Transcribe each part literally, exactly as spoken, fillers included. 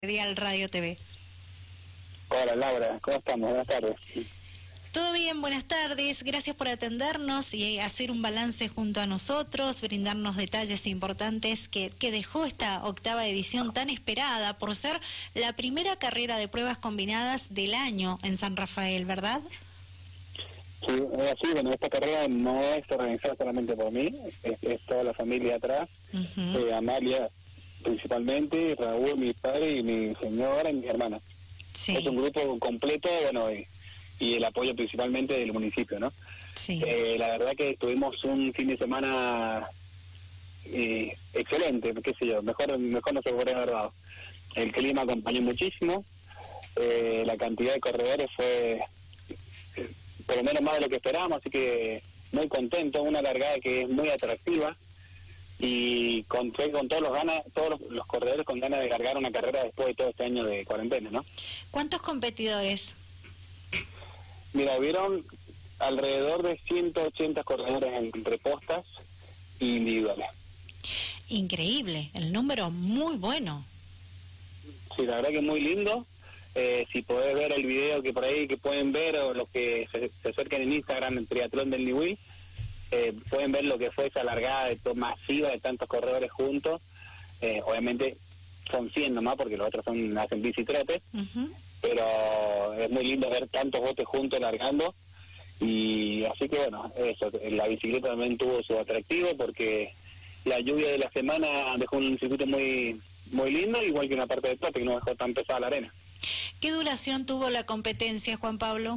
Dial Radio T V. Hola Laura, ¿cómo estamos? Buenas tardes. Todo bien, buenas tardes, gracias por atendernos y hacer un balance junto a nosotros, brindarnos detalles importantes que, que dejó esta octava edición tan esperada por ser la primera carrera de pruebas combinadas del año en San Rafael, ¿verdad? Sí, es así, bueno, esta carrera no es organizada solamente por mí, es, es toda la familia atrás, uh-huh. eh, Amalia principalmente, Raúl, mi padre y mi señora y mi hermana. Sí. Es un grupo completo, bueno, y, y el apoyo principalmente del municipio, ¿no? Sí. Eh, la verdad que tuvimos un fin de semana eh, excelente, qué sé yo, mejor mejor no se podría haber dado. El clima acompañó muchísimo, eh, la cantidad de corredores fue eh, por lo menos más de lo que esperábamos, así que muy contento, una largada que es muy atractiva y con, con todos los ganas, todos los, los corredores con ganas de largar una carrera después de todo este año de cuarentena, ¿no? ¿Cuántos competidores? Mira, hubieron alrededor de ciento ochenta corredores entre postas e individuales. Increíble, el número muy bueno. Sí, la verdad que muy lindo. Eh, si podés ver el video que por ahí que pueden ver, o los que se, se acerquen en Instagram, el triatlón del Niwil, eh, pueden ver lo que fue esa largada de to- masiva de tantos corredores juntos. Eh, obviamente son cien nomás, porque los otros son hacen bici trote, uh-huh. pero es muy lindo ver tantos botes juntos largando. Y así que bueno, eso, la bicicleta también tuvo su atractivo, porque la lluvia de la semana dejó un circuito muy muy lindo, igual que una parte de trote que no dejó tan pesada la arena. ¿Qué duración tuvo la competencia, Juan Pablo?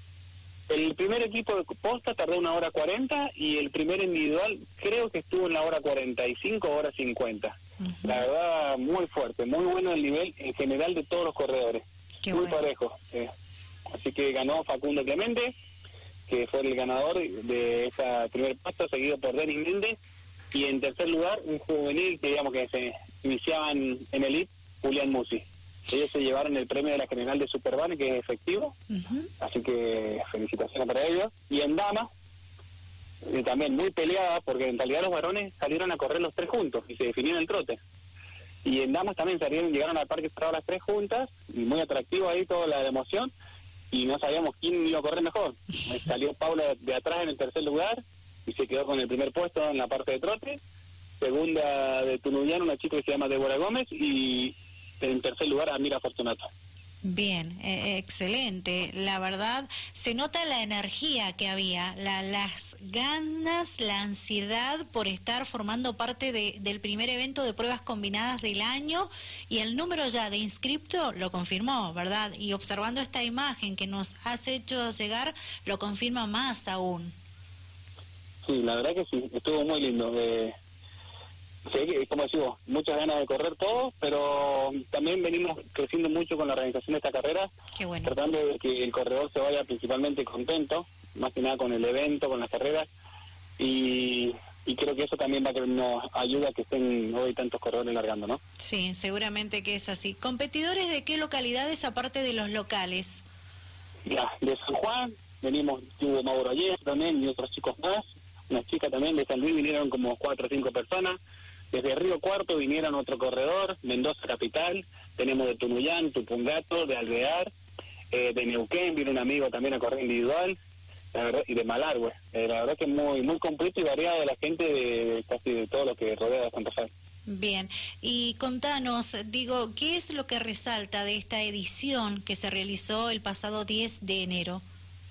El primer equipo de posta tardó una hora cuarenta y el primer individual creo que estuvo en la hora cuarenta y cinco, hora cincuenta. Uh-huh. La verdad, muy fuerte, muy bueno el nivel en general de todos los corredores. Qué muy bueno. Parejo. Eh, así que ganó Facundo Clemente, que fue el ganador de esa primer puesto, seguido por Denis Méndez. Y en tercer lugar, un juvenil que digamos que se iniciaba en, en Elite, Julián Musi. Ellos se llevaron el premio de la General de Supervan, que es efectivo, uh-huh. así que felicitaciones para ellos. Y en damas, eh, también muy peleada, porque en realidad los varones salieron a correr los tres juntos y se definieron el trote. Y en damas también salieron, llegaron al parque cerrado las tres juntas, y muy atractivo ahí toda la emoción, y no sabíamos quién iba a correr mejor. Salió Paula de atrás en el tercer lugar, y se quedó con el primer puesto en la parte de trote. Segunda de Tunuyán, una chica que se llama Débora Gómez, y en tercer lugar, Amira Fortunato. Bien, eh, excelente. La verdad, se nota la energía que había, la, las ganas, la ansiedad por estar formando parte de, del primer evento de pruebas combinadas del año, y el número ya de inscriptos lo confirmó, ¿verdad? Y observando esta imagen que nos has hecho llegar, lo confirma más aún. Sí, la verdad que sí, estuvo muy lindo. Eh... Sí, como decimos, muchas ganas de correr todo, pero también venimos creciendo mucho con la organización de esta carrera. Qué bueno. Tratando de que el corredor se vaya principalmente contento, más que nada con el evento, con las carreras, y, y creo que eso también va a que nos ayuda a que estén hoy tantos corredores largando, ¿no? Sí, seguramente que es así. ¿Competidores de qué localidades aparte de los locales? Ya, de San Juan, venimos, tuvo Mauro ayer también y otros chicos más, unas chicas también de San Luis vinieron como cuatro o cinco personas. Desde Río Cuarto vinieron otro corredor, Mendoza Capital, tenemos de Tunuyán, Tupungato, de Alvear, eh, de Neuquén, vino un amigo también a correr individual, la verdad, y de Malargüe. Eh, la verdad que es muy muy completo y variado de la gente de, de casi de todo lo que rodea a Santa Fe. Bien, y contanos, digo, ¿qué es lo que resalta de esta edición que se realizó el pasado diez de enero?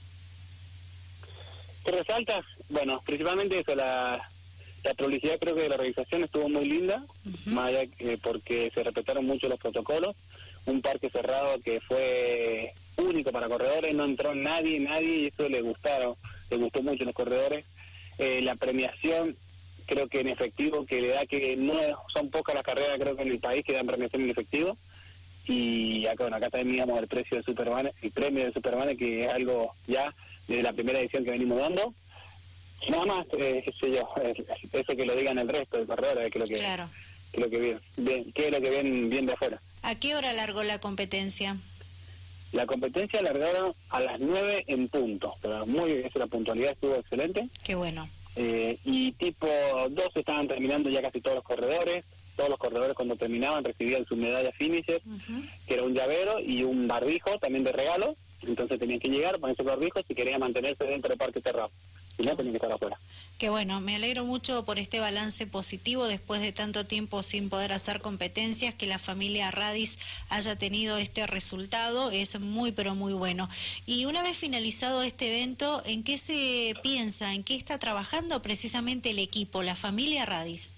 ¿Qué resalta? Bueno, principalmente eso, la... La publicidad creo que de la organización estuvo muy linda, uh-huh. más allá que porque se respetaron mucho los protocolos, un parque cerrado que fue único para corredores, no entró nadie, nadie, y eso le gustaron, le gustó mucho a los corredores. Eh, la premiación, creo que en efectivo, que le da que no son pocas las carreras, creo que en el país que dan premiación en efectivo, y acá, bueno, acá también digamos el precio de Superman, el premio de Superman, que es algo ya desde la primera edición que venimos dando. Nada más, eh, qué sé yo, eso que lo digan el resto de corredores, que es lo que, claro. que lo que viene, bien, que es lo que ven bien de afuera. ¿A qué hora largó la competencia? La competencia largaron a las nueve en punto, pero muy bien, la puntualidad estuvo excelente. Qué bueno. Eh, y tipo dos estaban terminando ya casi todos los corredores, todos los corredores cuando terminaban recibían su medalla finisher, uh-huh. que era un llavero y un barbijo también de regalo. Entonces tenían que llegar, ponerse el barbijo si querían mantenerse dentro del parque cerrado. Si no, tenían que estar afuera. Qué bueno, me alegro mucho por este balance positivo después de tanto tiempo sin poder hacer competencias, que la familia Radis haya tenido este resultado, es muy pero muy bueno. Y una vez finalizado este evento, ¿en qué se piensa, en qué está trabajando precisamente el equipo, la familia Radis?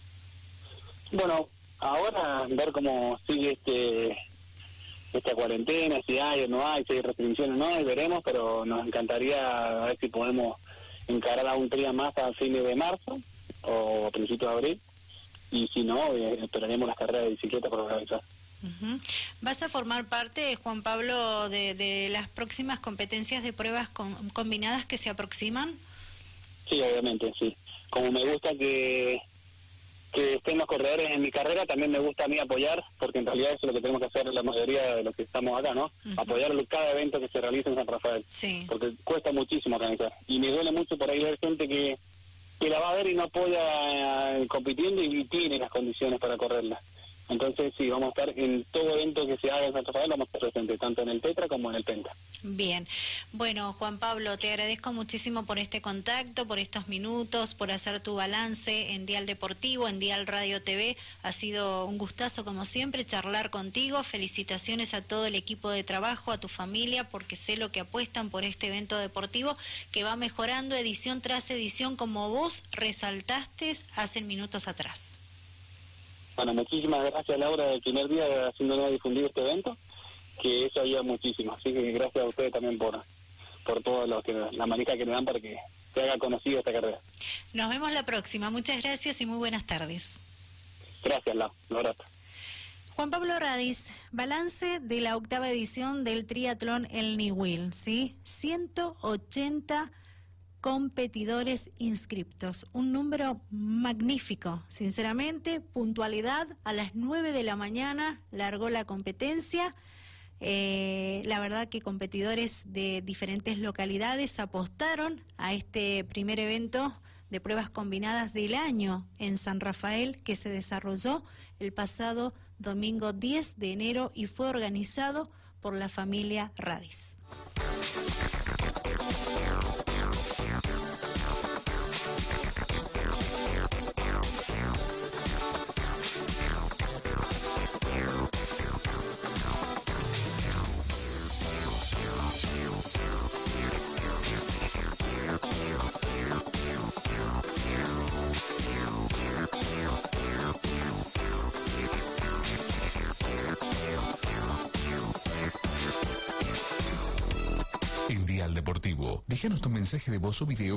Bueno, ahora ver cómo sigue este esta cuarentena, si hay o no hay, si hay restricciones o no, y veremos, pero nos encantaría ver si podemos encarar a un tría más a fines de marzo o a principios de abril, y si no, eh, esperaremos las carreras de bicicleta por organizar. Uh-huh. ¿Vas a formar parte, Juan Pablo, de, de las próximas competencias de pruebas con, combinadas que se aproximan? Sí, obviamente, sí. Como me gusta que que estén los corredores en mi carrera, también me gusta a mí apoyar, porque en realidad eso es lo que tenemos que hacer la mayoría de los que estamos acá, ¿no? Uh-huh. Apoyar cada evento que se realiza en San Rafael, sí. Porque cuesta muchísimo organizar, y me duele mucho por ahí ver gente que, que la va a ver y no apoya eh, compitiendo y tiene las condiciones para correrla. Entonces sí, vamos a estar en todo evento que se haga en San Rafael, vamos a estar presentes, tanto en el Tetra como en el Penta. Bien, bueno, Juan Pablo, te agradezco muchísimo por este contacto, por estos minutos, por hacer tu balance en Dial Deportivo, en Dial Radio T V. Ha sido un gustazo, como siempre, charlar contigo. Felicitaciones a todo el equipo de trabajo, a tu familia, porque sé lo que apuestan por este evento deportivo que va mejorando edición tras edición, como vos resaltaste hace minutos atrás. Bueno, muchísimas gracias, Laura, del primer día haciéndonos difundir este evento, que eso ayuda muchísimo. Así que gracias a ustedes también por por toda lo que, la manija que me dan para que se haga conocida esta carrera. Nos vemos la próxima. Muchas gracias y muy buenas tardes. Gracias, Laura. Juan Pablo Radis, balance de la octava edición del triatlón El Niwil, ¿sí? ciento ochenta competidores inscriptos, un número magnífico, sinceramente. Puntualidad, a las nueve de la mañana largó la competencia. Eh, la verdad que competidores de diferentes localidades apostaron a este primer evento de pruebas combinadas del año en San Rafael, que se desarrolló el pasado domingo diez de enero y fue organizado por la familia Radis. En Dial Deportivo, déjanos tu mensaje de voz o video